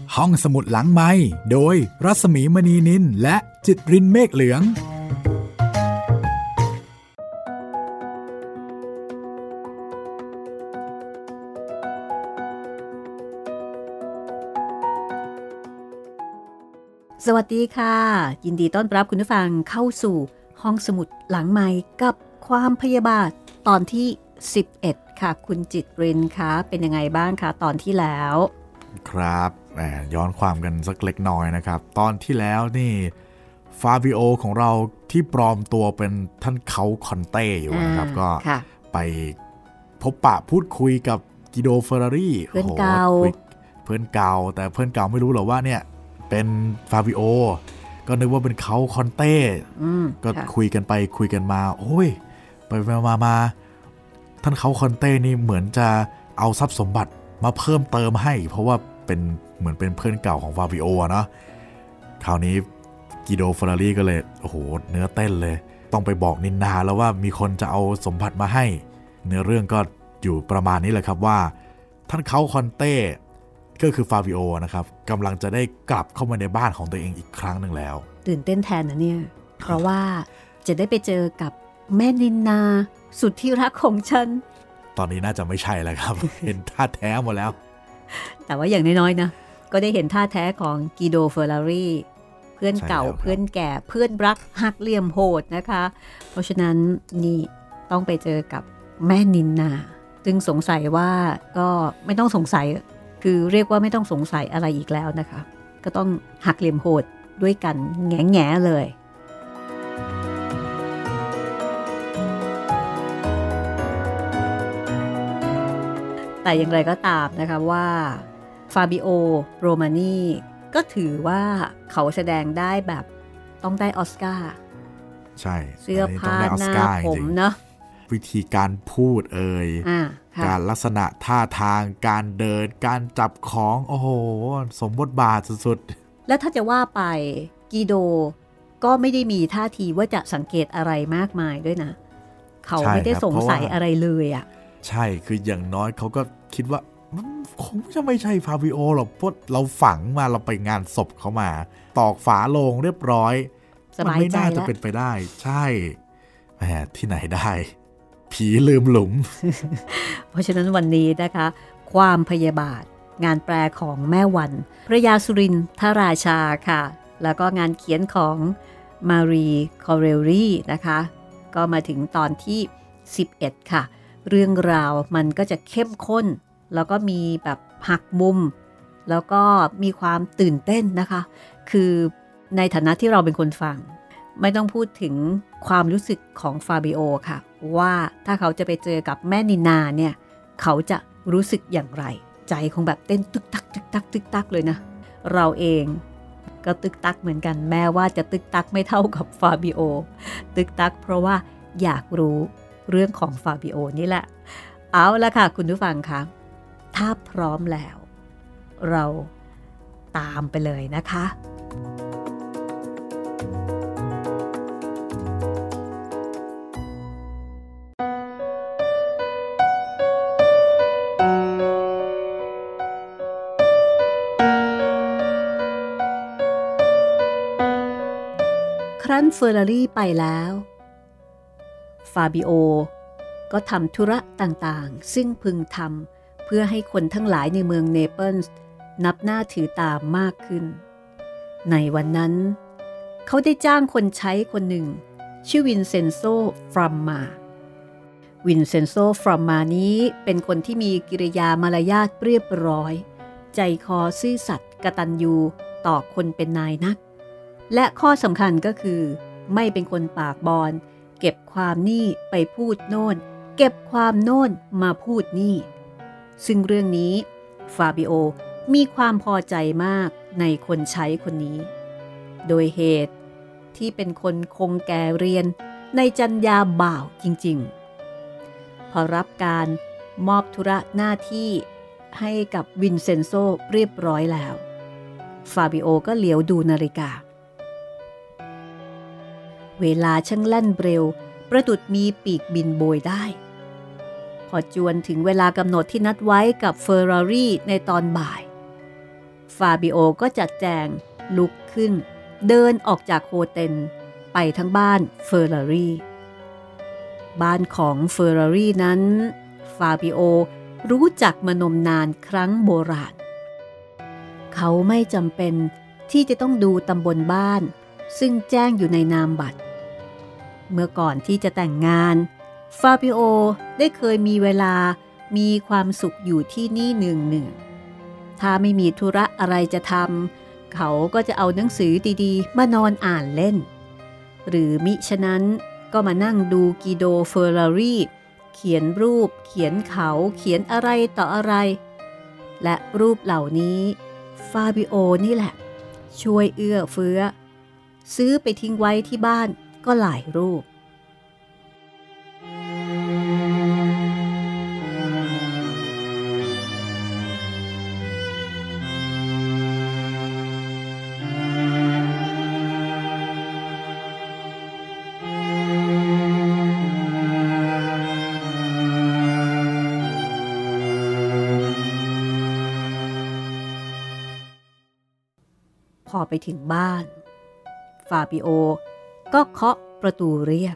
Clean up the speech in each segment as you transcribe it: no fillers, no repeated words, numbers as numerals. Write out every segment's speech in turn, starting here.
ห้องสมุดหลังไมค์โดยรัศมีมณีนินและจิตรินเมฆเหลืองสวัสดีค่ะยินดีต้อนรับคุณผู้ฟังเข้าสู่ห้องสมุดหลังไมค์กับความพยาบาทตอนที่11ค่ะคุณจิตรินคะเป็นยังไงบ้างคะตอนที่แล้วครับย้อนความกันสักเล็กน้อยนะครับตอนที่แล้วนี่ฟาบิโอของเราที่ปลอมตัวเป็นท่านเขาคอนเต้อยู่นะครับก็ไปพบปะพูดคุยกับกิโดเฟอร์รารี่เพื่อนเก่าแต่เพื่อนเก่าไม่รู้หรอกว่าเนี่ยเป็นฟาบิโอก็นึกว่าเป็นเขาคอนเต้ก็คุยกันไปคุยกันมาโอ้ยไปมาท่านเขาคอนเต้นี่เหมือนจะเอาทรัพย์สมบัติมาเพิ่มเติมให้เพราะว่าเป็นเหมือนเป็นเพื่อนเก่าของฟาบิโอเนาะคราวนี้กิโดเฟอร์รารี่ก็เลยโอ้โหเนื้อเต้นเลยต้องไปบอกนินนาแล้วว่ามีคนจะเอาสมบัติมาให้เนื้อเรื่องก็อยู่ประมาณนี้แหละครับว่าท่านเขาคอนเต้ก็คือฟาบิโอนะครับกำลังจะได้กลับเข้ามาในบ้านของตัวเองอีกครั้งหนึ่งแล้วตื่นเต้นแทนนะเนี่ยเพราะว่าจะได้ไปเจอกับแม่นินนาสุดที่รักของฉันตอนนี้น่าจะไม่ใช่แล้วครับ เห็นท่าแท้หมดแล้วแต่ว่าอย่างน้อยๆนะก็ได้เห็นท่าแท้ของกิโดเฟอร์รารี่เพื่อนเก่าเพื่อนแก่เพื่อนรักหักเหลี่ยมโหดนะคะเพราะฉะนั้นนี่ต้องไปเจอกับแม่นินนาจึงสงสัยว่าก็ไม่ต้องสงสัยคือเรียกว่าไม่ต้องสงสัยอะไรอีกแล้วนะคะก็ต้องหักเหลี่ยมโหดด้วยกันแง่ๆเลยแต่อย่างไรก็ตามนะคะว่าฟาบิโอโรมานีก็ถือว่าเขาแสดงได้แบบต้องได้ออสการ์ใช่เสื้อผ้าหน้าผมเนาะวิธีการพูดการลักษณะท่าทางการเดินการจับของโอ้โหสมบทบาทสุดๆและถ้าจะว่าไปกิโดก็ไม่ได้มีท่าทีว่าจะสังเกตอะไรมากมายด้วยนะเขาไม่ได้สงสัยอะไรเลยอ่ะใช่คืออย่างน้อยเขาก็คิดว่าคงจะไม่ใช่ฟาบิโอหรอกเพราะเราฝังมาเราไปงานศพเขามาตอกฝาโลงเรียบร้อยมันไม่น่าจะเป็นไปได้ใช่แหมที่ไหนได้ผีลืมหลุมเพราะฉะนั้นวันนี้นะคะความพยาบาทงานแปลของแม่วันพระยาสุรินทราชาค่ะแล้วก็งานเขียนของมารีคอเรลลี่นะคะก็มาถึงตอนที่11ค่ะเรื่องราวมันก็จะเข้มข้นแล้วก็มีแบบหักมุมแล้วก็มีความตื่นเต้นนะคะคือในฐานะที่เราเป็นคนฟังไม่ต้องพูดถึงความรู้สึกของฟาบิโอค่ะว่าถ้าเขาจะไปเจอกับแม่นินาเนี่ยเขาจะรู้สึกอย่างไรใจคงแบบเต้นตึกตักตึกตักตึกตักเลยนะเราเองก็ตึกตักเหมือนกันแม้ว่าจะตึกตักไม่เท่ากับฟาบิโอตึกตักเพราะว่าอยากรู้เรื่องของฟาบิโอนี่แหละเอาละค่ะคุณผู้ฟังคะถ้าพร้อมแล้วเราตามไปเลยนะคะครั้นเฟอร์รารี่ไปแล้วฟาบิโอก็ทำธุระต่างๆซึ่งพึงทำเพื่อให้คนทั้งหลายในเมืองเนเปิลส์นับหน้าถือตามมากขึ้นในวันนั้นเขาได้จ้างคนใช้คนหนึ่งชื่อวินเซนโซฟรัมมาวินเซนโซฟรัมมานี้เป็นคนที่มีกิริยามารยาทเรียบร้อยใจคอซื่อสัตย์กตัญญูต่อคนเป็นนายนักและข้อสำคัญก็คือไม่เป็นคนปากบอนเก็บความนี่ไปพูดโน่นเก็บความโน่นมาพูดนี่ซึ่งเรื่องนี้ฟาบิโอมีความพอใจมากในคนใช้คนนี้โดยเหตุที่เป็นคนคงแก่เรียนในจรรยาบ่าวจริงๆพอรับการมอบธุระหน้าที่ให้กับวินเซนโซเรียบร้อยแล้วฟาบิโอก็เหลียวดูนาฬิกาเวลาช่างแล่นเร็วประดุจมีปีกบินโบยได้ พอจวนถึงเวลากำหนดที่นัดไว้กับเฟอร์รารี่ในตอนบ่ายฟฟาบิโอก็จัดแจงลุกขึ้นเดินออกจากโฮเทลไปทั้งบ้านเฟอร์รารี่บ้านของเฟอร์รารี่นั้นฟาบิโอรู้จักมานมนานครั้งโบราณเขาไม่จำเป็นที่จะต้องดูตำบลบ้านซึ่งแจ้งอยู่ในนามบัตรเมื่อก่อนที่จะแต่งงานฟาบิโอได้เคยมีเวลามีความสุขอยู่ที่นี่เนืองๆถ้าไม่มีธุระอะไรจะทำเขาก็จะเอาหนังสือดีๆมานอนอ่านเล่นหรือมิฉะนั้นก็มานั่งดูกิโดเฟอร์รารี่เขียนรูปเขียนเขาเขียนอะไรต่ออะไรและรูปเหล่านี้ฟาบิโอนี่แหละช่วยเอื้อเฟื้อซื้อไปทิ้งไว้ที่บ้านก็หลายรูปพอไปถึงบ้านฟาบิโอก็เคาะประตูเรียก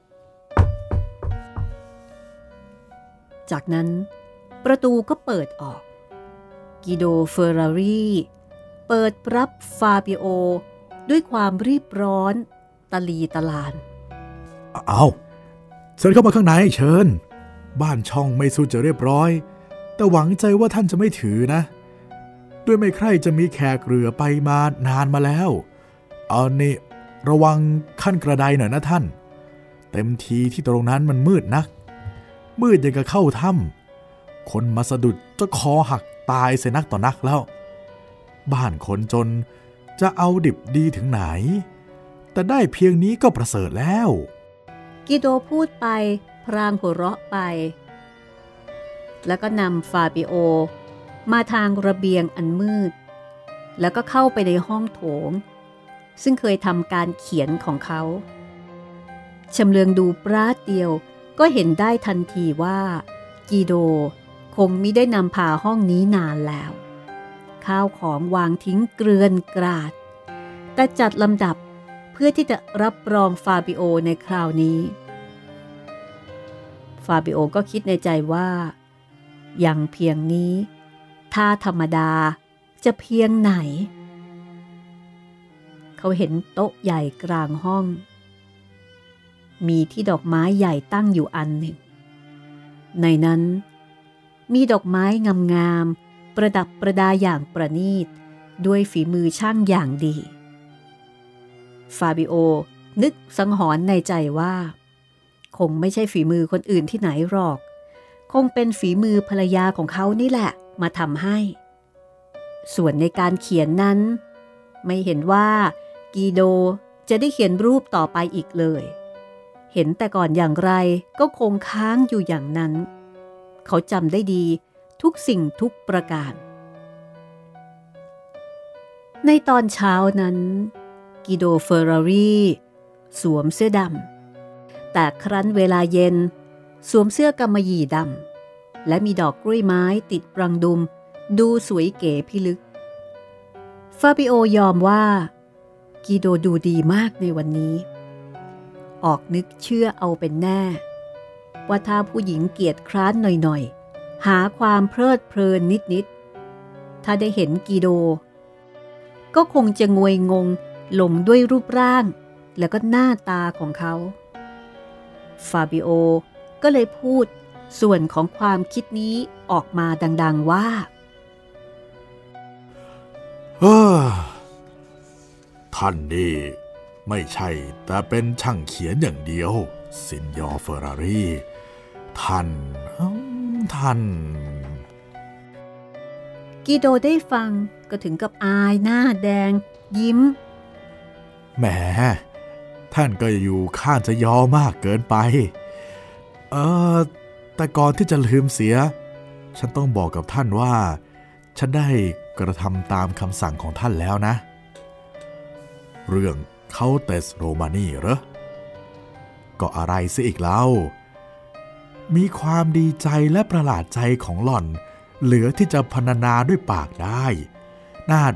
จากนั้นประตูก็เปิดออกกิโดเฟอร์รารี่เปิดรับฟาบิโอด้วยความรีบร้อนตะลีตะลานเอาเชิญเข้ามาข้างในเชิญบ้านช่องไม่สู้จะเรียบร้อยแต่หวังใจว่าท่านจะไม่ถือนะด้วยไม่ใคร่จะมีแขกเรือไปมานานมาแล้วเอานี่ระวังขั้นกระไดหน่อยนะท่านเต็มทีที่ตรงนั้นมันมืดนักมืดอย่างกับเข้าถ้ำคนมาสะดุดจะคอหักตายเสียนักต่อนักแล้วบ้านคนจนจะเอาดิบดีถึงไหนแต่ได้เพียงนี้ก็ประเสริฐแล้วกิโดพูดไปพรางหัวเราะไปแล้วก็นำฟาบิโอมาทางระเบียงอันมืดแล้วก็เข้าไปในห้องโถงซึ่งเคยทำการเขียนของเขาชำเลืองดูปราดเดียวก็เห็นได้ทันทีว่ากิโดคงมิได้นำพาห้องนี้นานแล้วข้าวของวางทิ้งเกลื่อนกราดแต่จัดลำดับเพื่อที่จะรับรองฟาบิโอในคราวนี้ฟาบิโอก็คิดในใจว่าอย่างเพียงนี้ถ้าธรรมดาจะเพียงไหนเขาเห็นโต๊ะใหญ่กลางห้องมีที่ดอกไม้ใหญ่ตั้งอยู่อันหนึ่งในนั้นมีดอกไม้งามๆประดับประดาอย่างประณีตด้วยฝีมือช่างอย่างดีฟาบิโอนึกสังหรณ์ในใจว่าคงไม่ใช่ฝีมือคนอื่นที่ไหนหรอกคงเป็นฝีมือภรรยาของเขานี่แหละมาทำให้ส่วนในการเขียนนั้นไม่เห็นว่ากิโดจะได้เขียนรูปต่อไปอีกเลยเห็นแต่ก่อนอย่างไรก็คงค้างอยู่อย่างนั้นเขาจำได้ดีทุกสิ่งทุกประการในตอนเช้านั้นกิโดเฟอร์รารี่สวมเสื้อดำแต่ครั้นเวลาเย็นสวมเสื้อกำมะหยี่ดำและมีดอกกล้วยไม้ติดปรังดุมดูสวยเก๋พิลึกฟาบิโอยอมว่ากิโดดูดีมากในวันนี้ออกนึกเชื่อเอาเป็นแน่ว่าถ้าผู้หญิงเกียจคร้านหน่อยๆหาความเพลิดเพลินนิดๆถ้าได้เห็นกิโดก็คงจะงวยงงหลงด้วยรูปร่างแล้วก็หน้าตาของเขาฟาบิโอก็เลยพูดส่วนของความคิดนี้ออกมาดังๆว่าท่านนี่ไม่ใช่แต่เป็นช่างเขียนอย่างเดียวซินยอร์เฟอร์รารี่ท่านกิโดได้ฟังก็ถึงกับอายหน้าแดงยิ้มแหมท่านก็อยู่ข้างจะยอมากเกินไปแต่ก่อนที่จะลืมเสียฉันต้องบอกกับท่านว่าฉันได้กระทำตามคำสั่งของท่านแล้วนะเรื่องเคาเตสโรมานีเหรอก็อะไรซะอีกเล่ามีความดีใจและประหลาดใจของหล่อนเหลือที่จะพรรณนาด้วยปากได้น่า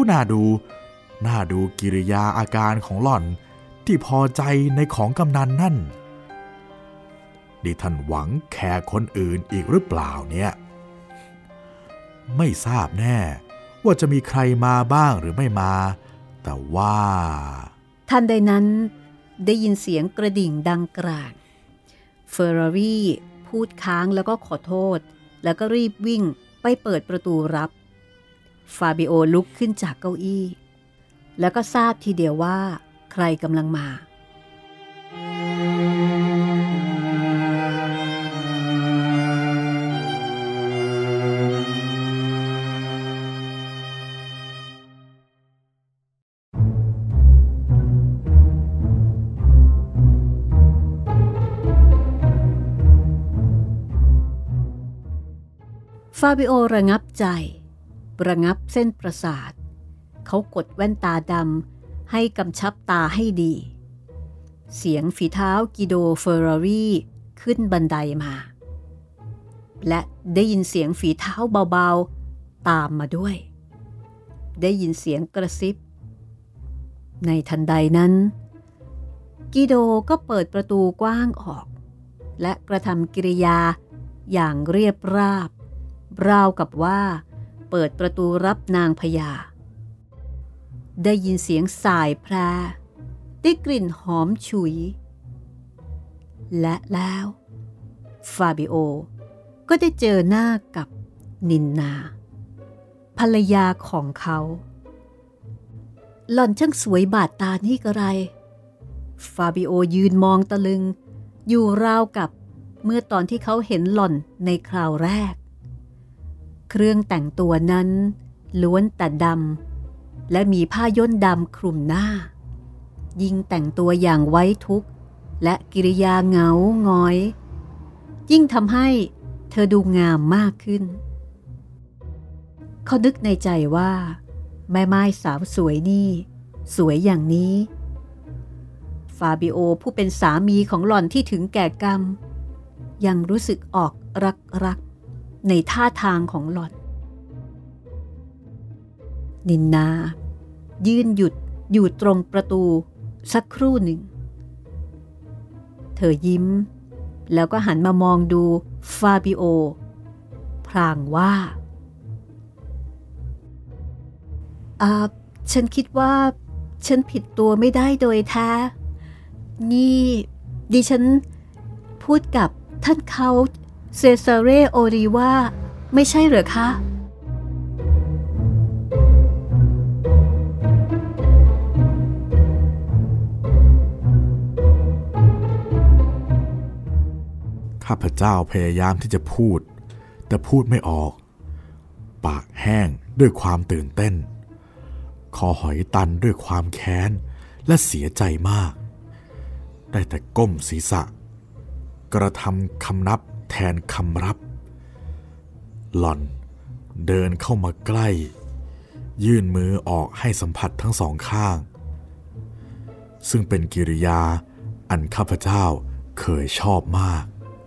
ดูกิริยาอาการของหล่อนที่พอใจในของกำนันนั่นดิท่านหวังแขกคนอื่นอีกหรือเปล่าเนี่ยไม่ทราบแน่ว่าจะมีใครมาบ้างหรือไม่มาแต่ว่าทันใดนั้นได้ยินเสียงกระดิ่งดังกร่างเฟอร์รารี่พูดค้างแล้วก็ขอโทษแล้วก็รีบวิ่งไปเปิดประตูรับฟาบิโอลุกขึ้นจากเก้าอี้แล้วก็ทราบทีเดียวว่าใครกำลังมาฟาบิโอระงับใจระงับเส้นประสาทเขากดแว่นตาดำให้กำชับตาให้ดีเสียงฝีเท้ากิโดเฟอร์รารี่ขึ้นบันไดมาและได้ยินเสียงฝีเท้าเบาๆตามมาด้วยได้ยินเสียงกระซิบในทันใดนั้นกิโดก็เปิดประตูกว้างออกและกระทำกิริยาอย่างเรียบราบราวกับว่าเปิดประตูรับนางพญาได้ยินเสียงสายแพรได้กลิ่นหอมฉุยและแล้วฟาบิโอก็ได้เจอหน้ากับนินนาภรรยาของเขาหล่อนช่างสวยบาดตานี่กระไรฟาบิโอยืนมองตะลึงอยู่ราวกับเมื่อตอนที่เขาเห็นหล่อนในคราวแรกเครื่องแต่งตัวนั้นล้วนแต่ดำและมีผ้าย่นดำคลุมหน้ายิ่งแต่งตัวอย่างไว้ทุกข์และกิริยาเหงาหงอยยิ่งทำให้เธอดูงามมากขึ้นเขานึกในใจว่าแม่ไม้สาวสวยนี่สวยอย่างนี้ฟาบิโอผู้เป็นสามีของหล่อนที่ถึงแก่กรรมยังรู้สึกออกรักในท่าทางของหล่อนนินนายืนหยุดอยู่ตรงประตูสักครู่หนึ่งเธอยิ้มแล้วก็หันมามองดูฟาบิโอพลางว่าฉันคิดว่าฉันผิดตัวไม่ได้โดยแท้นี่ดิฉันพูดกับท่านเขาเซซาเรโอริว่าไม่ใช่เหรอคะข้าพเจ้าพยายามที่จะพูดแต่พูดไม่ออกปากแห้งด้วยความตื่นเต้นคอหอยตันด้วยความแค้นและเสียใจมากได้แต่ก้มศีรษะกระทำคำนับแทนคำรับหล่อนเดินเข้ามาใกล้ยื่นมือออกให้สัมผัสทั้งสองข้างซึ่งเป็นกิริยาอันข้าพเจ้าเคยชอบมาก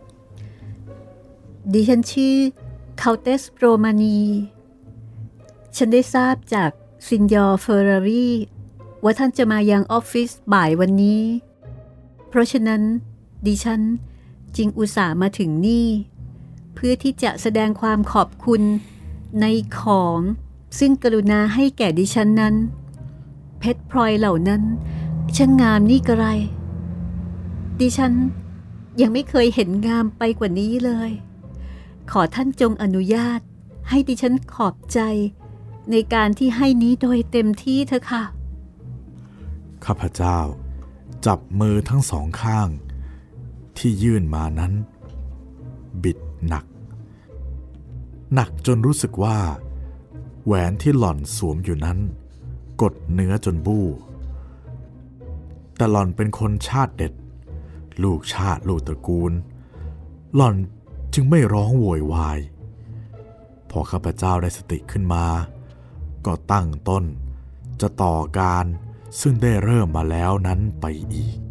ดิฉันชื่อคาวเตสโรมานีฉันได้ทราบจากซินยอร์เฟอร์รารี่ว่าท่านจะมายังออฟฟิศบ่ายวันนี้เพราะฉะนั้นดิฉันจึงอุตส่าห์มาถึงนี่เพื่อที่จะแสดงความขอบคุณในของซึ่งกรุณาให้แก่ดิฉันนั้นเพชรพลอยเหล่านั้นช่างงามนี่กระไรดิฉันยังไม่เคยเห็นงามไปกว่านี้เลยขอท่านจงอนุญาตให้ดิฉันขอบใจในการที่ให้นี้โดยเต็มที่เถอะค่ะข้าพเจ้าจับมือทั้งสองข้างที่ยื่นมานั้นบิดหนักจนรู้สึกว่าแหวนที่หล่อนสวมอยู่นั้นกดเนื้อจนบู้แต่หล่อนเป็นคนชาติเด็ดลูกชาติลูกตระกูลหล่อนจึงไม่ร้องโวยวายพอข้าพเจ้าได้สติขึ้นมาก็ตั้งต้นจะต่อการซึ่งได้เริ่มมาแล้วนั้นไปอีก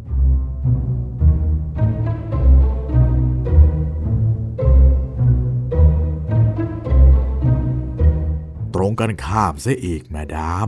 ตรรงกันข้ามเสียอีกแม่ดาม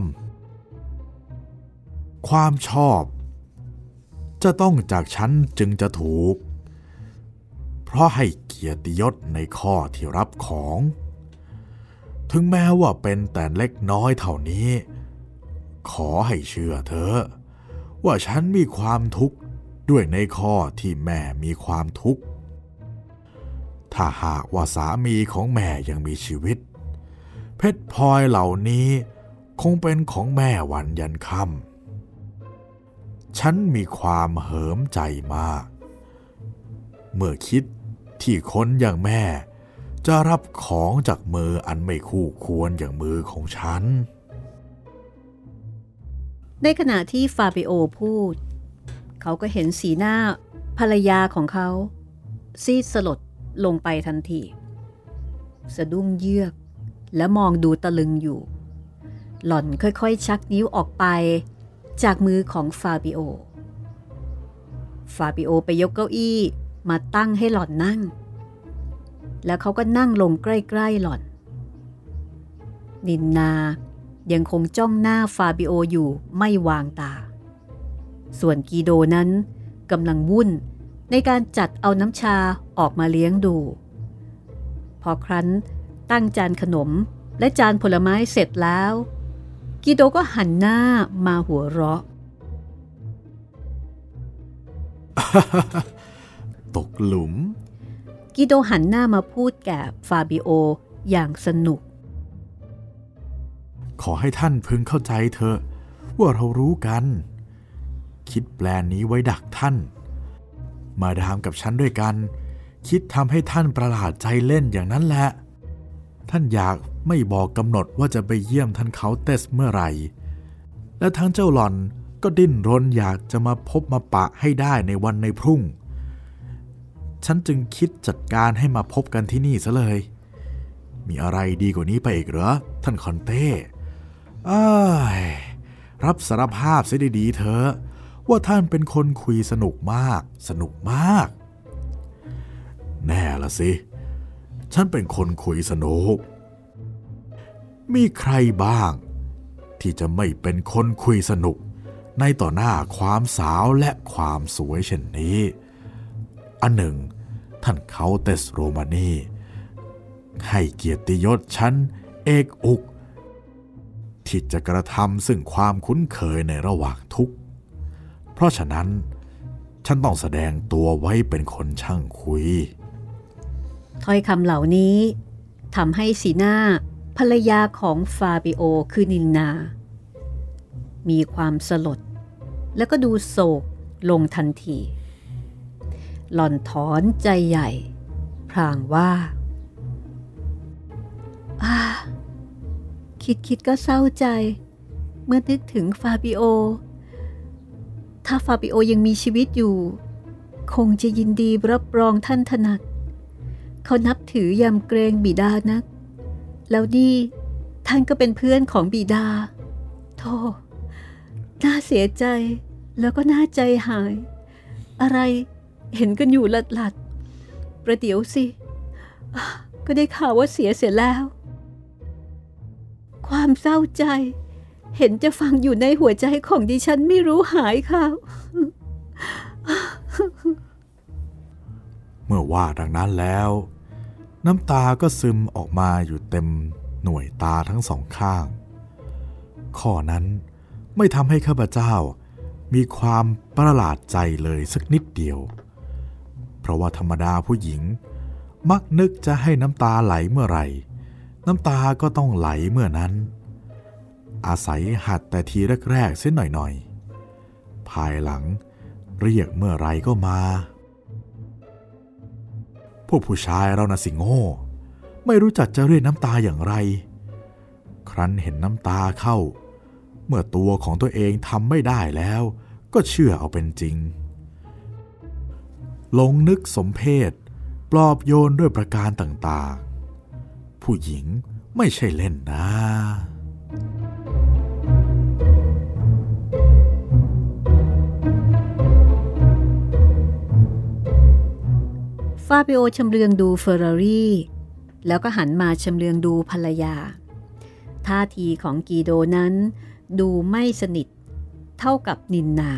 ความชอบจะต้องจากฉันจึงจะถูกเพราะให้เกียรติยศในข้อที่รับของถึงแม้ว่าเป็นแต่เล็กน้อยเท่านี้ขอให้เชื่อเถอะว่าฉันมีความทุกข์ด้วยในข้อที่แม่มีความทุกข์ถ้าหากว่าสามีของแม่ยังมีชีวิตเพชรพลอยเหล่านี้คงเป็นของแม่วันยันค่ำฉันมีความเหิมใจมากเมื่อคิดที่คนอย่างแม่จะรับของจากมืออันไม่คู่ควรอย่างมือของฉันในขณะที่ฟาบิโอพูดเขาก็เห็นสีหน้าภรรยาของเขาซีดสลดลงไปทันทีสะดุ้งเยือกและมองดูตะลึงอยู่หล่อนค่อยๆชักนิ้วออกไปจากมือของฟาบิโอไปยกเก้าอี้มาตั้งให้หล่อนนั่งแล้วเขาก็นั่งลงใกล้ๆหล่อนนินนายังคงจ้องหน้าฟาบิโออยู่ไม่วางตาส่วนกีโดนั้นกำลังวุ่นในการจัดเอาน้ำชาออกมาเลี้ยงดูพอครั้นตั้งจานขนมและจานผลไม้เสร็จแล้วกีโดก็หันหน้ามาหัวเราะตกหลุมกีโดหันหน้ามาพูดแก่ฟาบิโออย่างสนุกขอให้ท่านพึงเข้าใจเถอะว่าเรารู้กันคิดแปลนนี้ไว้ดักท่านมาดามกับฉันด้วยกันคิดทำให้ท่านประหลาดใจเล่นอย่างนั้นแหละท่านอยากไม่บอกกำหนดว่าจะไปเยี่ยมท่านเขาเตสเมื่อไหร่และทั้งเจ้าหล่อนก็ดิ้นรนอยากจะมาพบมาปะให้ได้ในวันในพรุ่งฉันจึงคิดจัดการให้มาพบกันที่นี่ซะเลยมีอะไรดีกว่านี้ไปอีกเหรอท่านคอนเต้รับสารภาพเสียดีๆเถอะว่าท่านเป็นคนคุยสนุกมากแน่ละสิฉันเป็นคนคุยสนุกมีใครบ้างที่จะไม่เป็นคนคุยสนุกในต่อหน้าความสาวและความสวยเช่นนี้อันหนึ่งท่านเขาเตสโรมานีให้เกียรติยศฉันเอกอุกที่จะกระทำซึ่งความคุ้นเคยในระหว่างทุกข์เพราะฉะนั้นฉันต้องแสดงตัวไว้เป็นคนช่างคุยถ้อยคำเหล่านี้ทำให้สีหน้าภรรยาของฟาบิโอคือนินนามีความสลดแล้วก็ดูโศกลงทันทีหล่อนถอนใจใหญ่พลางว่าคิดก็เศร้าใจเมื่อนึกถึงฟาบิโอถ้าฟาบิโอยังมีชีวิตอยู่คงจะยินดีรับรองท่านถนัดเขานับถือยำเกรงบิดานักแล้วนี่ท่านก็เป็นเพื่อนของบิดาโธ่น่าเสียใจแล้วก็น่าใจหายอะไรเห็นกันอยู่หลัดๆประเดี๋ยวสิก็ได้ข่าวว่าเสียแล้วความเศร้าใจเห็นจะฟังอยู่ในหัวใจของดิฉันไม่รู้หายค่ะเมื่อว่าดังนั้นแล้วน้ำตาก็ซึมออกมาอยู่เต็มหน่วยตาทั้งสองข้างข้อนั้นไม่ทำให้ข้าพเจ้ามีความประหลาดใจเลยสักนิดเดียวเพราะว่าธรรมดาผู้หญิงมักนึกจะให้น้ำตาไหลเมื่อไหร่น้ำตาก็ต้องไหลเมื่อนั้นอาศัยหัดแต่ทีแรกๆเส้นหน่อยๆภายหลังเรียกเมื่อไรก็มาพวกผู้ชายเราน่ะสิโง่ไม่รู้จักจะเรียกน้ำตาอย่างไรครั้นเห็นน้ำตาเข้าเมื่อตัวของตัวเองทำไม่ได้แล้วก็เชื่อเอาเป็นจริงหลงนึกสมเพศปลอบโยนด้วยประการต่างๆผู้หญิงไม่ใช่เล่นนะฟาบิโอชำเลืองดูเฟอร์รารี่แล้วก็หันมาชำเลืองดูภรรยาท่าทีของกีโดนั้นดูไม่สนิทเท่ากับนินนา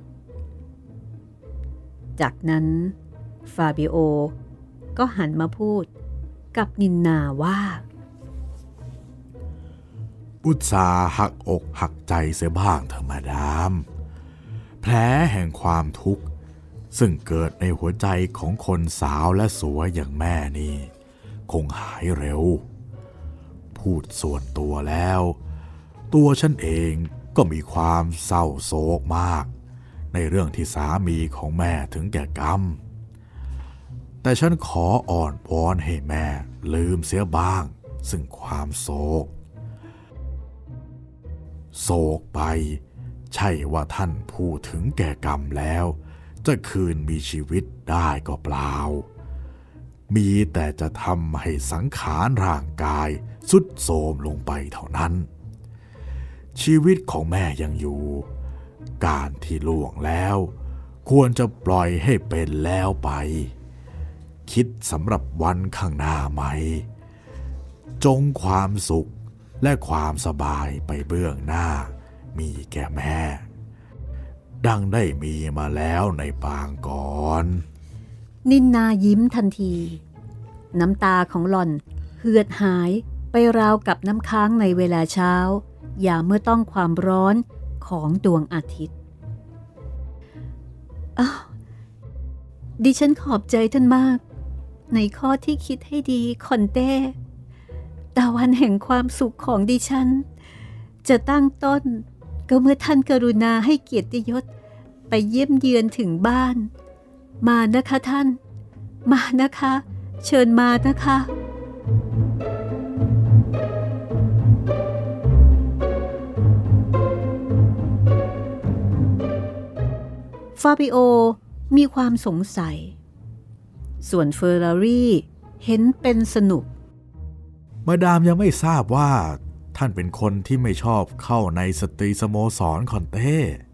จากนั้นฟาบิโอก็หันมาพูดกับนินนาว่าอุตสาห์หักอกหักใจเสียบ้างเถอะมาดามแผลแห่งความทุกข์ซึ่งเกิดในหัวใจของคนสาวและสวยอย่างแม่นี่คงหายเร็วพูดส่วนตัวแล้วตัวฉันเองก็มีความเศร้าโศกมากในเรื่องที่สามีของแม่ถึงแก่กรรมแต่ฉันขออ่อนวอนให้แม่ลืมเสียบ้างซึ่งความโศกไปใช่ว่าท่านผู้ถึงแก่กรรมแล้วจะคืนมีชีวิตได้ก็เปล่ามีแต่จะทำให้สังขารร่างกายทรุดโทรมลงไปเท่านั้นชีวิตของแม่ยังอยู่การที่ล่วงแล้วควรจะปล่อยให้เป็นแล้วไปคิดสำหรับวันข้างหน้าใหม่จงความสุขและความสบายไปเบื้องหน้ามีแก่แม่ดังได้มีมาแล้วในปางก่อนนินนายิ้มทันทีน้ำตาของหล่อนเหือดหายไปราวกับน้ำค้างในเวลาเช้ายามเมื่อต้องความร้อนของดวงอาทิตย์ดิฉันขอบใจท่านมากในข้อที่คิดให้ดีคอนเต้แต่วันแห่งความสุขของดิฉันจะตั้งต้นก็เมื่อท่านกรุณาให้เกียรติยศไปเยี่ยมเยือนถึงบ้านมานะคะท่านมานะคะเชิญมานะคะฟาบิโอมีความสงสัยส่วนเฟอร์รารี่เห็นเป็นสนุกมาดามยังไม่ทราบว่าท่านเป็นคนที่ไม่ชอบเข้าในสตรีสโมสรคอนเต้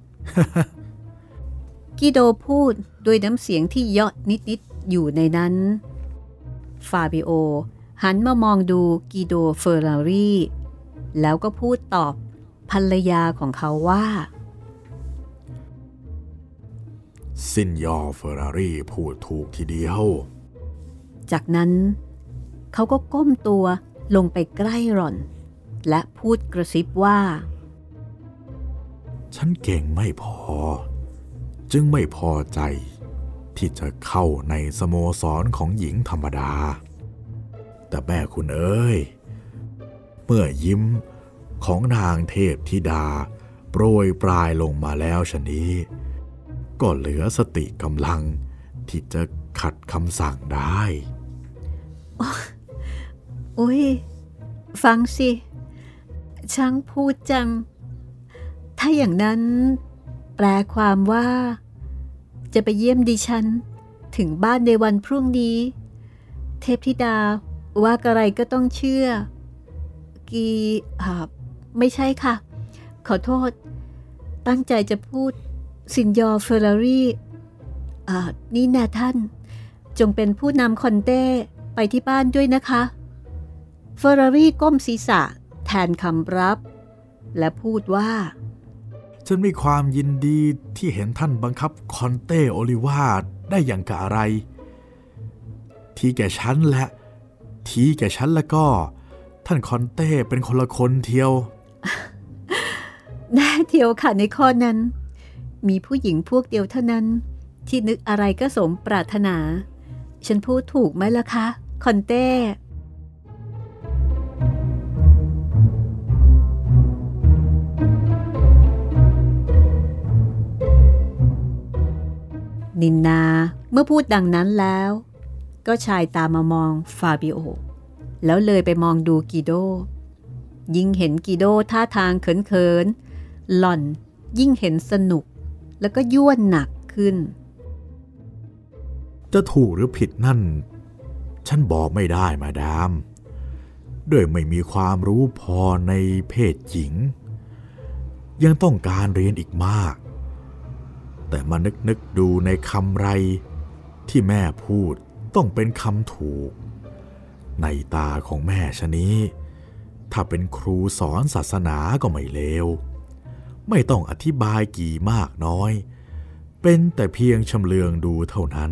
กิโดพูดด้วยน้ำเสียงที่เยาะนิดๆอยู่ในนั้นฟาบิโอหันมามองดูกิโดเฟอร์รารี่แล้วก็พูดตอบภรรยาของเขาว่าซินยอร์เฟอร์รารี่พูดถูกทีเดียวจากนั้นเขาก็ก้มตัวลงไปใกล้หล่อนและพูดกระซิบว่าฉันเก่งไม่พอจึงไม่พอใจที่จะเข้าในสโมสรของหญิงธรรมดาแต่แม่คุณเอ้ยเมื่อยิ้มของนางเทพธิดาโปรยปลายลงมาแล้วชะนี้ก็เหลือสติกำลังที่จะขัดคำสั่งได้โอ้ยฟังสิช่างพูดจังถ้าอย่างนั้นแปลความว่าจะไปเยี่ยมดิฉันถึงบ้านในวันพรุ่งนี้เทพธิดาว่าอะไรก็ต้องเชื่อไม่ใช่ค่ะขอโทษตั้งใจจะพูดซินยอร์เฟอร์รารี่นี่นาท่านจงเป็นผู้นำคอนเต้ไปที่บ้านด้วยนะคะเฟอร์รารี่ก้มศีรษะแทนคำรับและพูดว่าฉันมีความยินดีที่เห็นท่านบังคับคอนเต้โอลิวาได้อย่างกะอะไรทีแก่ฉันแล้วก็ท่านคอนเต้เป็นคนละคนเทียวแน่เทียวค่ะในข้อนั้นมีผู้หญิงพวกเดียวเท่านั้นที่นึกอะไรก็สมปรารถนาฉันพูดถูกไหมล่ะคะคอนเต้นินนาเมื่อพูดดังนั้นแล้วก็ชายตามามองฟาบิโอแล้วเลยไปมองดูกิโดยิ่งเห็นกิโดท่าทางเขินๆหล่อนยิ่งเห็นสนุกแล้วก็ยั่วหนักขึ้นจะถูกหรือผิดนั่นฉันบอกไม่ได้มาดามด้วยไม่มีความรู้พอในเพศหญิงยังต้องการเรียนอีกมากแต่มานึกดูในคำไรที่แม่พูดต้องเป็นคำถูกในตาของแม่ชะนี้ถ้าเป็นครูสอนศาสนาก็ไม่เลวไม่ต้องอธิบายกี่มากน้อยเป็นแต่เพียงชำเลืองดูเท่านั้น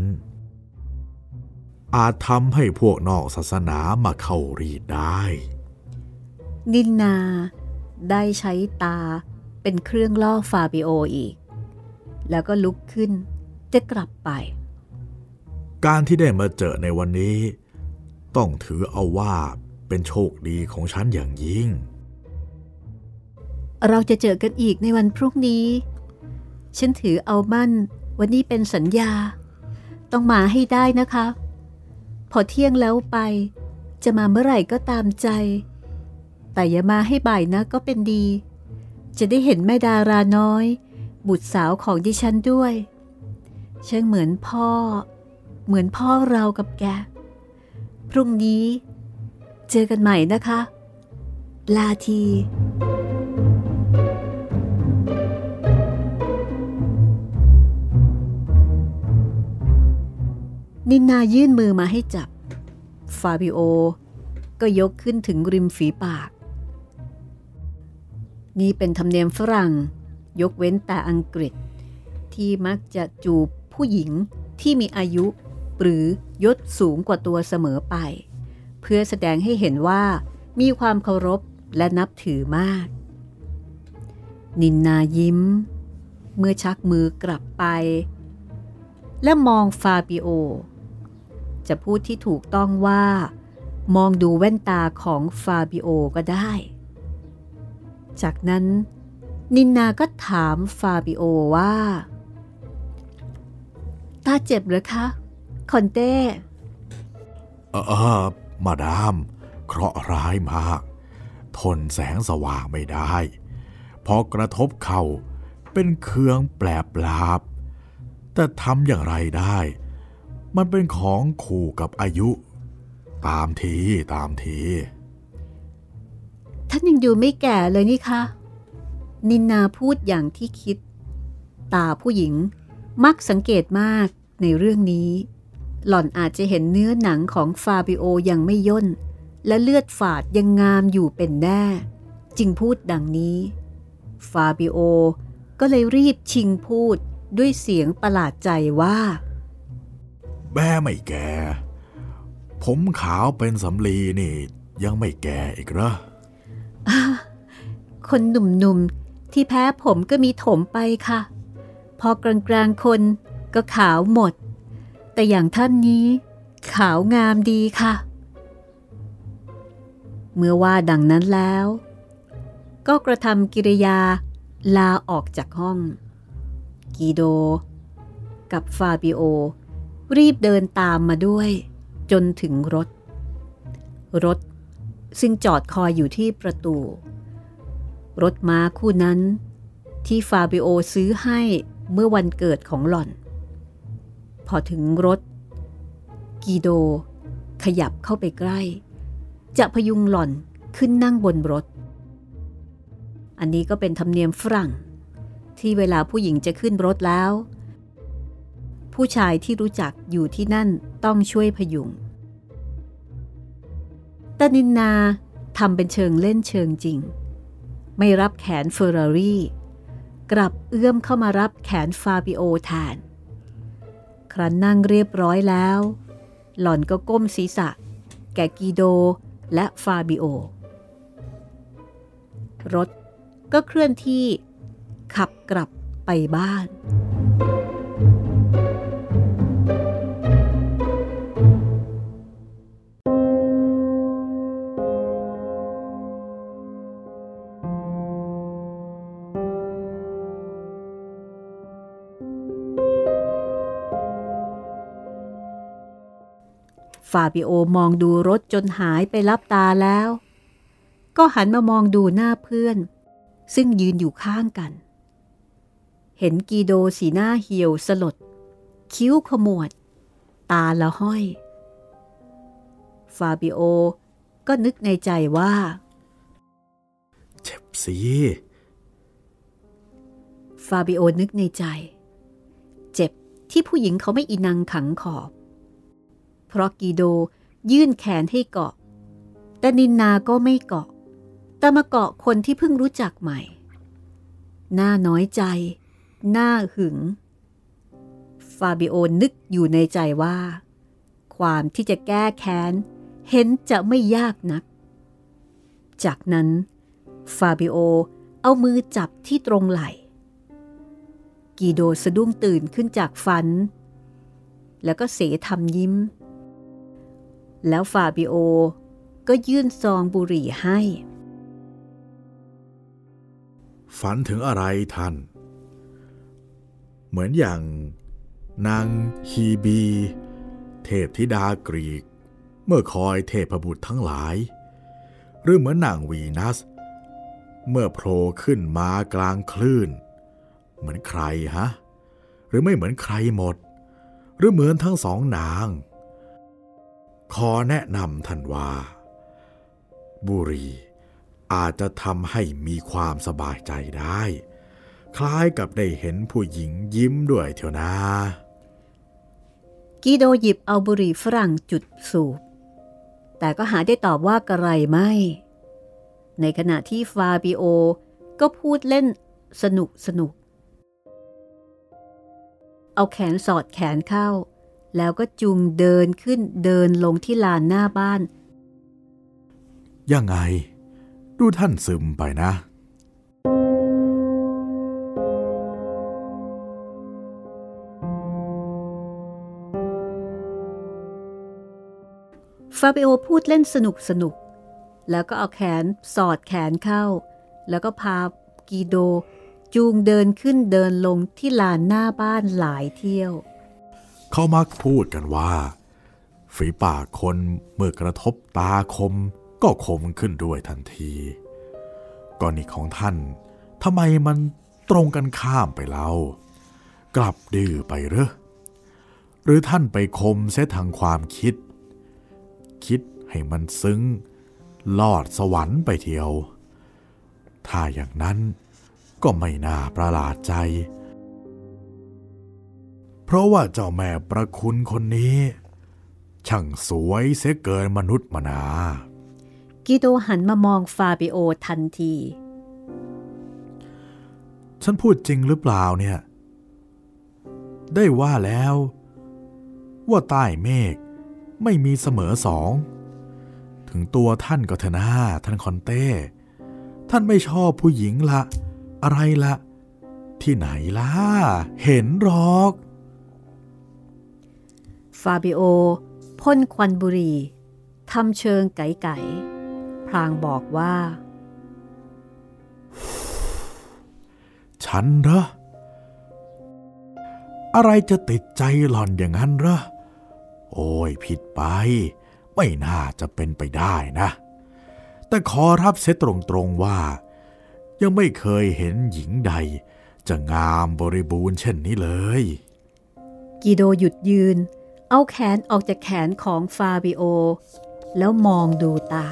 อาจทำให้พวกนอกศาสนามาเข้ารีดได้นินนาได้ใช้ตาเป็นเครื่องล่อฟาบิโออีกแล้วก็ลุกขึ้นจะกลับไปการที่ได้มาเจอในวันนี้ต้องถือเอาว่าเป็นโชคดีของฉันอย่างยิ่งเราจะเจอกันอีกในวันพรุ่งนี้ฉันถือเอามั่นวันนี้เป็นสัญญาต้องมาให้ได้นะคะพอเที่ยงแล้วไปจะมาเมื่อไหร่ก็ตามใจแต่อย่ามาให้บ่ายนะก็เป็นดีจะได้เห็นแม่ดาราน้อยบุตรสาวของดิฉันด้วยช่างเหมือนพ่อเรากับแกพรุ่งนี้เจอกันใหม่นะคะลาทีนินนายื่นมือมาให้จับฟาบิโอก็ยกขึ้นถึงริมฝีปากนี่เป็นธรรมเนียมฝรั่งยกเว้นแต่อังกฤษที่มักจะจูบผู้หญิงที่มีอายุหรือยศสูงกว่าตัวเสมอไปเพื่อแสดงให้เห็นว่ามีความเคารพและนับถือมากนินนายิ้มเมื่อชักมือกลับไปและมองฟาบิโอจะพูดที่ถูกต้องว่ามองดูแว่นตาของฟาบิโอก็ได้จากนั้นนินนาก็ถามฟาบิโอว่าตาเจ็บหรือคะคอนเต้มาดามเคราะห์ร้ายมากทนแสงสว่างไม่ได้พอกระทบเข่าเป็นเคืองแปลบปราบแต่ทำอย่างไรได้มันเป็นของคู่กับอายุตามทีท่านยังดูไม่แก่เลยนี่คะนินนาพูดอย่างที่คิดตาผู้หญิงมักสังเกตมากในเรื่องนี้หล่อนอาจจะเห็นเนื้อหนังของฟาบิโอยังไม่ย่นและเลือดฝาดยังงามอยู่เป็นแน่จึงพูดดังนี้ฟาบิโอก็เลยรีบชิงพูดด้วยเสียงประหลาดใจว่าแม่ไม่แก่ผมขาวเป็นสำลีนี่ยังไม่แก่อีกเหรอคนหนุ่มๆที่แพ้ผมก็มีถมไปค่ะพอกลางๆคนก็ขาวหมดแต่อย่างท่านนี้ขาวงามดีค่ะเมื่อว่าดังนั้นแล้วก็กระทำกิริยาลาออกจากห้องกีโดกับฟาบิโอรีบเดินตามมาด้วยจนถึงรถซึ่งจอดคอยอยู่ที่ประตูรถม้าคู่นั้นที่ฟาบิโอซื้อให้เมื่อวันเกิดของหล่อนพอถึงรถกีโดขยับเข้าไปใกล้จะพยุงหล่อนขึ้นนั่งบนรถอันนี้ก็เป็นธรรมเนียมฝรั่งที่เวลาผู้หญิงจะขึ้นรถแล้วผู้ชายที่รู้จักอยู่ที่นั่นต้องช่วยพยุงแต่นินนาทำเป็นเชิงเล่นเชิงจริงไม่รับแขนเฟอร์รารี่กลับเอื้อมเข้ามารับแขนฟาบิโอแทนครั้นนั่งเรียบร้อยแล้วหล่อนก็ก้มศีรษะแก่กีโดและฟาบิโอรถก็เคลื่อนที่ขับกลับไปบ้านฟาบิโอมองดูรถจนหายไปลับตาแล้วก็หันมามองดูหน้าเพื่อนซึ่งยืนอยู่ข้างกันเห็นกีโดสีหน้าเหี่ยวสลดคิ้วขมวดตาละห้อยฟาบิโอก็นึกในใจว่าเจ็บสิฟาบิโอนึกในใจเจ็บที่ผู้หญิงเขาไม่อีนังขังขอบเพราะกีโดยื่นแขนให้เกาะแต่นินนาก็ไม่เกาะแต่มาเกาะคนที่เพิ่งรู้จักใหม่น่าน้อยใจน่าหึงฟาบิโอนึกอยู่ในใจว่าความที่จะแก้แค้นเห็นจะไม่ยากนักจากนั้นฟาบิโอเอามือจับที่ตรงไหล่กีโดสะดุ้งตื่นขึ้นจากฝันแล้วก็เสทำยิ้มแล้วฟาบิโอก็ยื่นซองบุหรี่ให้ฝันถึงอะไรท่านเหมือนอย่างนางฮีบีเทพธิดากรีกเมื่อคอยเทพบุตรทั้งหลายหรือเหมือนนางวีนัสเมื่อโผล่ขึ้นมากลางคลื่นเหมือนใครฮะหรือไม่เหมือนใครหมดหรือเหมือนทั้งสองนางขอแนะนำท่านว่าบุหรี่อาจจะทำให้มีความสบายใจได้คล้ายกับได้เห็นผู้หญิงยิ้มด้วยเถอะนะกีโดหยิบเอาบุหรี่ฝรั่งจุดสูบแต่ก็หาได้ตอบว่ากระไรไม่ในขณะที่ฟาบิโอก็พูดเล่นสนุกเอาแขนสอดแขนเข้าแล้วก็จูงเดินขึ้นเดินลงที่ลานหน้าบ้านยังไงดูท่านซึมไปนะฟาบิโอพูดเล่นสนุกแล้วก็เอาแขนสอดแขนเข้าแล้วก็พากีโดจูงเดินขึ้นเดินลงที่ลานหน้าบ้านหลายเที่ยวเขามักพูดกันว่าฝีปากคนเมื่อกระทบตาคมก็คมขึ้นด้วยทันทีกรณีของท่านทำไมมันตรงกันข้ามไปเล่ากลับดื้อไปหรือท่านไปคมเสียทางความคิดให้มันซึ้งลอดสวรรค์ไปเที่ยวถ้าอย่างนั้นก็ไม่น่าประหลาดใจเพราะว่าเจ้าแม่ประคุณคนนี้ช่างสวยเสียเกินมนุษย์มนากีโดหันมามองฟาบิโอทันทีฉันพูดจริงหรือเปล่าเนี่ยได้ว่าแล้วว่าใต้เมฆไม่มีเสมอสองถึงตัวท่านก็เถอะนะท่านคอนเต้ท่านไม่ชอบผู้หญิงละอะไรละที่ไหนล่ะเห็นหรอกฟาบิโอพ่นควันบุหรี่ทำเชิงไก่พลางบอกว่าฉันเหรออะไรจะติดใจหล่อนอย่างนั้นเหรอโอ้ยผิดไปไม่น่าจะเป็นไปได้นะแต่ขอรับเสียตรงๆว่ายังไม่เคยเห็นหญิงใดจะงามบริบูรณ์เช่นนี้เลยกีโดหยุดยืนเอาแขนออกจากแขนของฟาบิโอแล้วมองดูตา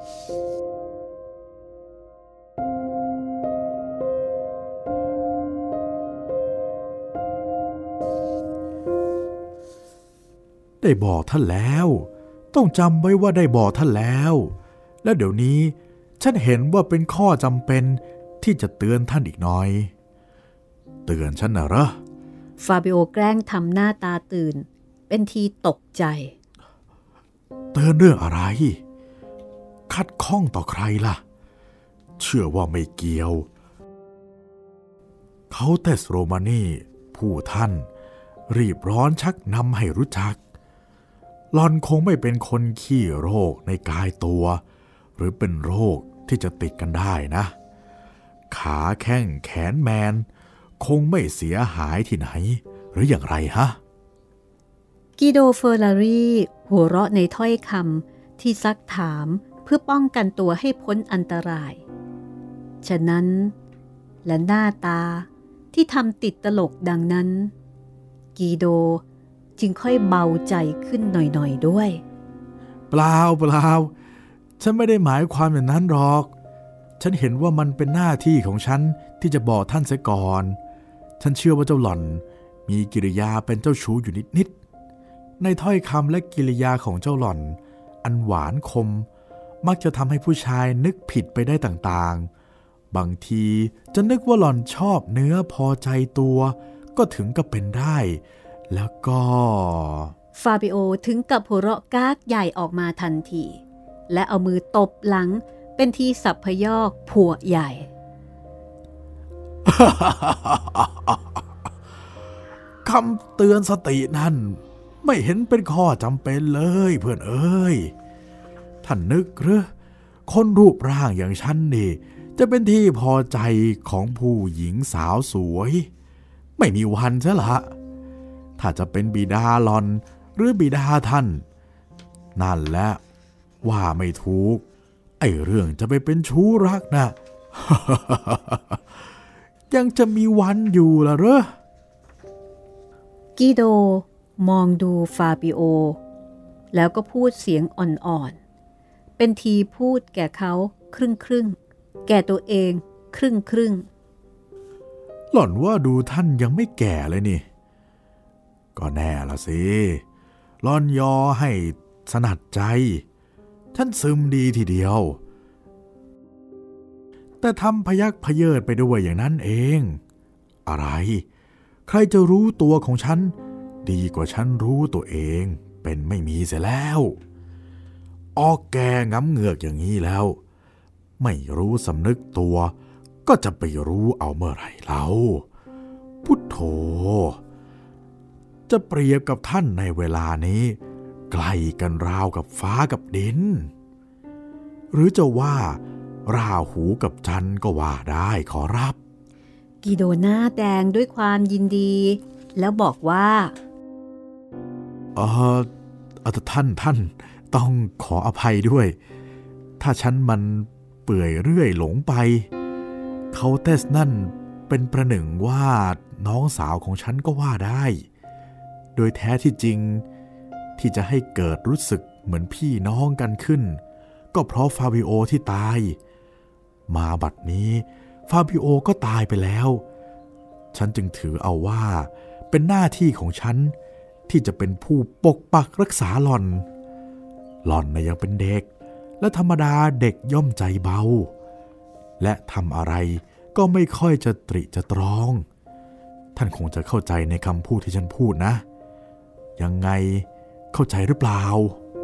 ได้บอกท่านแล้วต้องจำไว้ว่าได้บอกท่านแล้วและเดี๋ยวนี้ฉันเห็นว่าเป็นข้อจำเป็นที่จะเตือนท่านอีกหน่อยเตือนฉันนะเหรอฟาบิโอแกล้งทำหน้าตาตื่นเป็นทีตกใจเตือนเรื่องอะไรขัดข้องต่อใครล่ะเชื่อว่าไม่เกี่ยวเขาเตสโรมานีผู้ท่านรีบร้อนชักนำให้รู้จักหล่อนคงไม่เป็นคนขี้โรคในกายตัวหรือเป็นโรคที่จะติดกันได้นะขาแข้งแขนแมนคงไม่เสียหายที่ไหนหรืออย่างไรฮะกิโดเฟอร์รารีหัวเราะในถ้อยคำที่ซักถามเพื่อป้องกันตัวให้พ้นอันตรายฉะนั้นและหน้าตาที่ทำติดตลกดังนั้นกีโดจึงค่อยเบาใจขึ้นหน่อยๆด้วยเปล่าฉันไม่ได้หมายความอย่างนั้นหรอกฉันเห็นว่ามันเป็นหน้าที่ของฉันที่จะบอกท่านเสียก่อนฉันเชื่อว่าเจ้าหล่อนมีกิริยาเป็นเจ้าชู้อยู่นิดๆในถ้อยคำและกิริยาของเจ้าหล่อนอันหวานคมมักจะทำให้ผู้ชายนึกผิดไปได้ต่างๆบางทีจะนึกว่าหล่อนชอบเนื้อพอใจตัวก็ถึงกับเป็นได้แล้วก็ฟาบิโอถึงกับหัวเราะก๊ากใหญ่ออกมาทันทีและเอามือตบหลังเป็นที่สับพยอกผัวใหญ่คำเตือนสตินั่นไม่เห็นเป็นข้อจำเป็นเลยเพื่อนเอ้ยท่านนึกหรือคนรูปร่างอย่างฉันนี่จะเป็นที่พอใจของผู้หญิงสาวสวยไม่มีวันใช่ละถ้าจะเป็นบิดาหลอนหรือบิดาท่านนั่นแหละว่าไม่ถูกไอ้เรื่องจะไปเป็นชู้รักนะ ยังจะมีวันอยู่ล่ะเหรอกิโดมองดูฟาบิโอแล้วก็พูดเสียงอ่อนๆเป็นทีพูดแก่เขาครึ่งแก่ตัวเองครึ่งหล่อนว่าดูท่านยังไม่แก่เลยนี่ก็แน่ละสิหล่อนยอให้สนัดใจท่านซึมดีทีเดียวแต่ทำพยักพเยิดไปด้วยอย่างนั้นเองอะไรใครจะรู้ตัวของฉันดีกว่าฉันรู้ตัวเองเป็นไม่มีเสียแล้วออกแกง้ำเหงือกอย่างนี้แล้วไม่รู้สำนึกตัวก็จะไปรู้เอาเมื่อไหร่เล่าพุทโธจะเปรียบกับท่านในเวลานี้ใกล้กันราวกับฟ้ากับดินหรือจะว่าราหูกับจันทร์ก็ว่าได้ขอรับกิโดหน้าแดงด้วยความยินดีแล้วบอกว่าท่านต้องขออภัยด้วยถ้าฉันมันเปื่อยเรื่อยหลงไปเขาเตสนั่นเป็นประหนึ่งว่าน้องสาวของฉันก็ว่าได้โดยแท้ที่จริงที่จะให้เกิดรู้สึกเหมือนพี่น้องกันขึ้นก็เพราะฟาบิโอที่ตายมาบัดนี้ฟาบิโอก็ตายไปแล้วฉันจึงถือเอาว่าเป็นหน้าที่ของฉันที่จะเป็นผู้ปกปักรักษาหล่อนน่ะยังเป็นเด็กและธรรมดาเด็กย่อมใจเบาและทำอะไรก็ไม่ค่อยจะตริจะตรองท่านคงจะเข้าใจในคำพูดที่ฉันพูดนะยังไงเข้าใจหรือเปล่า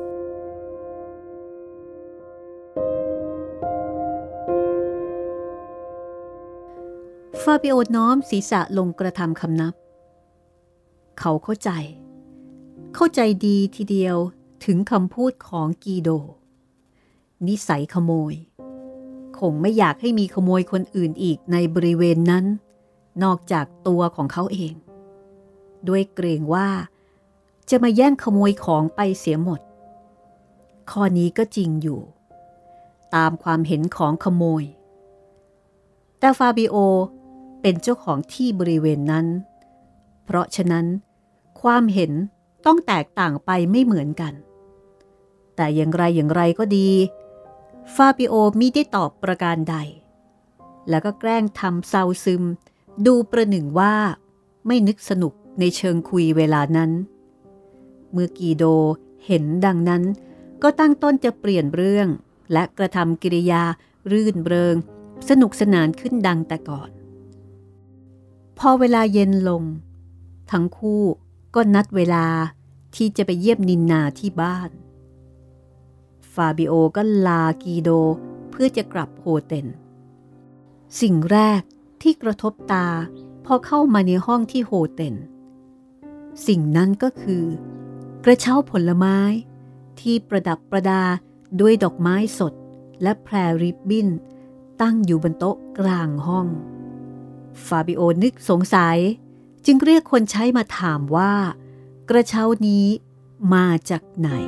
ฟาบิโอน้อมศีรษะลงกระทำคำนับเขาเข้าใจดีทีเดียวถึงคำพูดของกีโดนิสัยขโมยคงไม่อยากให้มีขโมยคนอื่นอีกในบริเวณนั้นนอกจากตัวของเขาเองด้วยเกรงว่าจะมาแย่งขโมยของไปเสียหมดข้อนี้ก็จริงอยู่ตามความเห็นของขโมยแต่ฟาบิโอเป็นเจ้าของที่บริเวณนั้นเพราะฉะนั้นความเห็นต้องแตกต่างไปไม่เหมือนกันแต่อย่างไรก็ดีฟาบิโอมิได้ตอบประการใดแล้วก็แกล้งทำเศร้าซึมดูประหนึ่งว่าไม่นึกสนุกในเชิงคุยเวลานั้นเมื่อกีโดเห็นดังนั้นก็ตั้งต้นจะเปลี่ยนเรื่องและกระทำกิริยารื่นเริงสนุกสนานขึ้นดังแต่ก่อนพอเวลาเย็นลงทั้งคู่ก็นัดเวลาที่จะไปเยี่ยมนินนาที่บ้านฟาบิโอก็ลากีโดเพื่อจะกลับโฮเทลสิ่งแรกที่กระทบตาพอเข้ามาในห้องที่โฮเทลสิ่งนั้นก็คือกระเช้าผลไม้ที่ประดับประดาด้วยดอกไม้สดและแพรริบบิ้นตั้งอยู่บนโต๊ะกลางห้องฟาบิโอนึกสงสัยจึงเรียกคนใช้มาถามว่ากระเช้านี้มาจากไหน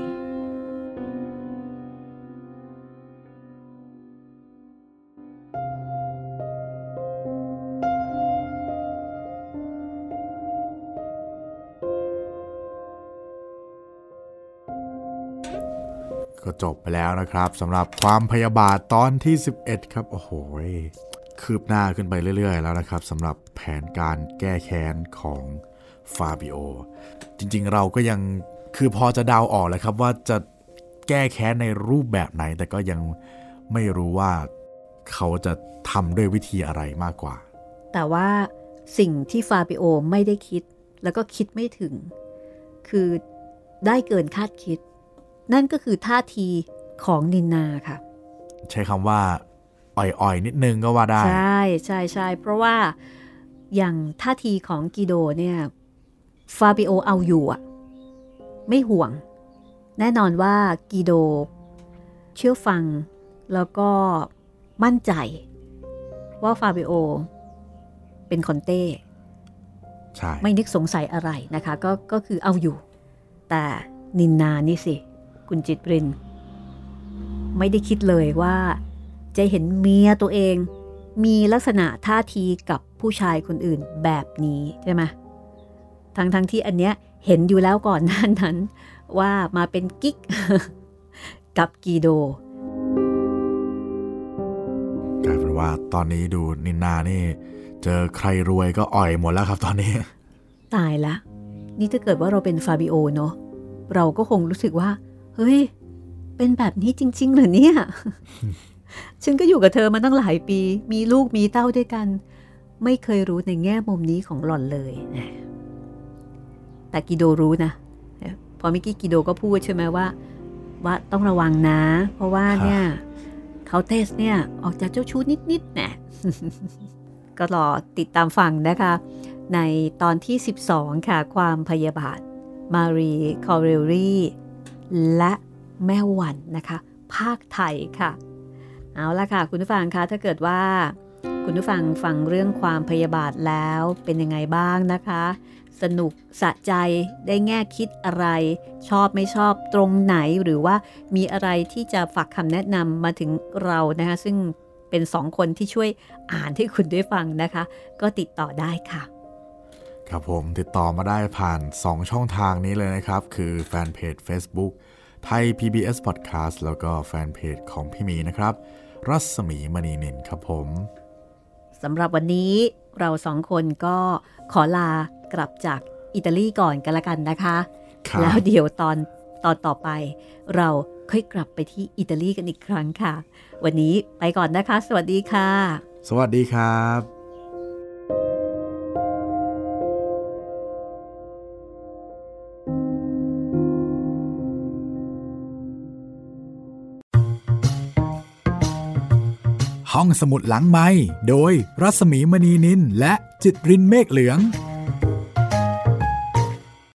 ก็จบไปแล้วนะครับสำหรับความพยาบาทตอนที่11ครับโอ้โหคืบหน้าขึ้นไปเรื่อยๆแล้วนะครับสำหรับแผนการแก้แค้นของฟาบิโอจริงๆเราก็ยังคือพอจะเดาออกแล้วครับว่าจะแแก้แค้นในรูปแบบไหนแต่ก็ยังไม่รู้ว่าเขาจะทำด้วยวิธีอะไรมากกว่าแต่ว่าสิ่งที่ฟาบิโอไม่ได้คิดแล้วก็คิดไม่ถึงคือได้เกินคาดคิดนั่นก็คือท่าทีของนินนาค่ะใช้คำว่าอ่อยๆนิดนึงก็ว่าได้ใช่ใช่ใช่เพราะว่าอย่างท่าทีของกิโดเนี่ยฟาบิโอเอาอยู่อ่ะไม่ห่วงแน่นอนว่ากิโดเชื่อฟังแล้วก็มั่นใจว่าฟาบิโอเป็นคอนเต้ใช่ไม่นึกสงสัยอะไรนะคะก็คือเอาอยู่แต่นินนานี่สิคุณจิตรินไม่ได้คิดเลยว่าจะเห็นเมียตัวเองมีลักษณะท่าทีกับผู้ชายคนอื่นแบบนี้ใช่ไหมทั้งที่อันเนี้ยเห็นอยู่แล้วก่อนหน้านั้นว่ามาเป็นกิ๊ก กับกีโดกลายเป็นว่าตอนนี้ดูนินนานี่เจอใครรวยก็อ่อยหมดแล้วครับตอนนี้ตายละนี่ถ้าเกิดว่าเราเป็นฟาบิโอเนาะเราก็คงรู้สึกว่าเฮ้ยเป็นแบบนี้จริงๆเหรอเนี่ย ฉันก็อยู่กับเธอมาตั้งหลายปีมีลูกมีเต้าด้วยกันไม่เคยรู้ในแง่มุมนี้ของหล่อนเลยแต่กิโดรู้นะพอเมื่อกี้กิโดก็พูดใช่ไหมว่าต้องระวังนะเพราะว่าเนี่ยเขาเทสเนี่ยออกจากเจ้าชู้นิดๆนะ ก็รอติดตามฟังนะคะในตอนที่12ค่ะความพยาบาทมารีคอเรลลี่และแม่วันนะคะภาคไทยค่ะเอาละค่ะคุณผู้ฟังคะถ้าเกิดว่าคุณผู้ฟังฟังเรื่องความพยาบาทแล้วเป็นยังไงบ้างนะคะสนุกสะใจได้แง่คิดอะไรชอบไม่ชอบตรงไหนหรือว่ามีอะไรที่จะฝากคำแนะนำมาถึงเรานะคะซึ่งเป็น2คนที่ช่วยอ่านให้คุณได้ฟังนะคะก็ติดต่อได้ค่ะครับผมติดต่อมาได้ผ่าน2ช่องทางนี้เลยนะครับคือแฟนเพจ Facebook ไทย PBS Podcast แล้วก็แฟนเพจของพี่มีนะครับรัศมีมณีนินครับผมสำหรับวันนี้เรา2คนก็ขอลากลับจากอิตาลีก่อนกันละกันนะคะแล้วเดี๋ยวตอนต่อไปเราค่อยกลับไปที่อิตาลีกันอีกครั้งค่ะวันนี้ไปก่อนนะคะสวัสดีค่ะสวัสดีครับห้องสมุดหลังไมค์โดยรัศมีมณีนินและจิตรินเมฆเหลือง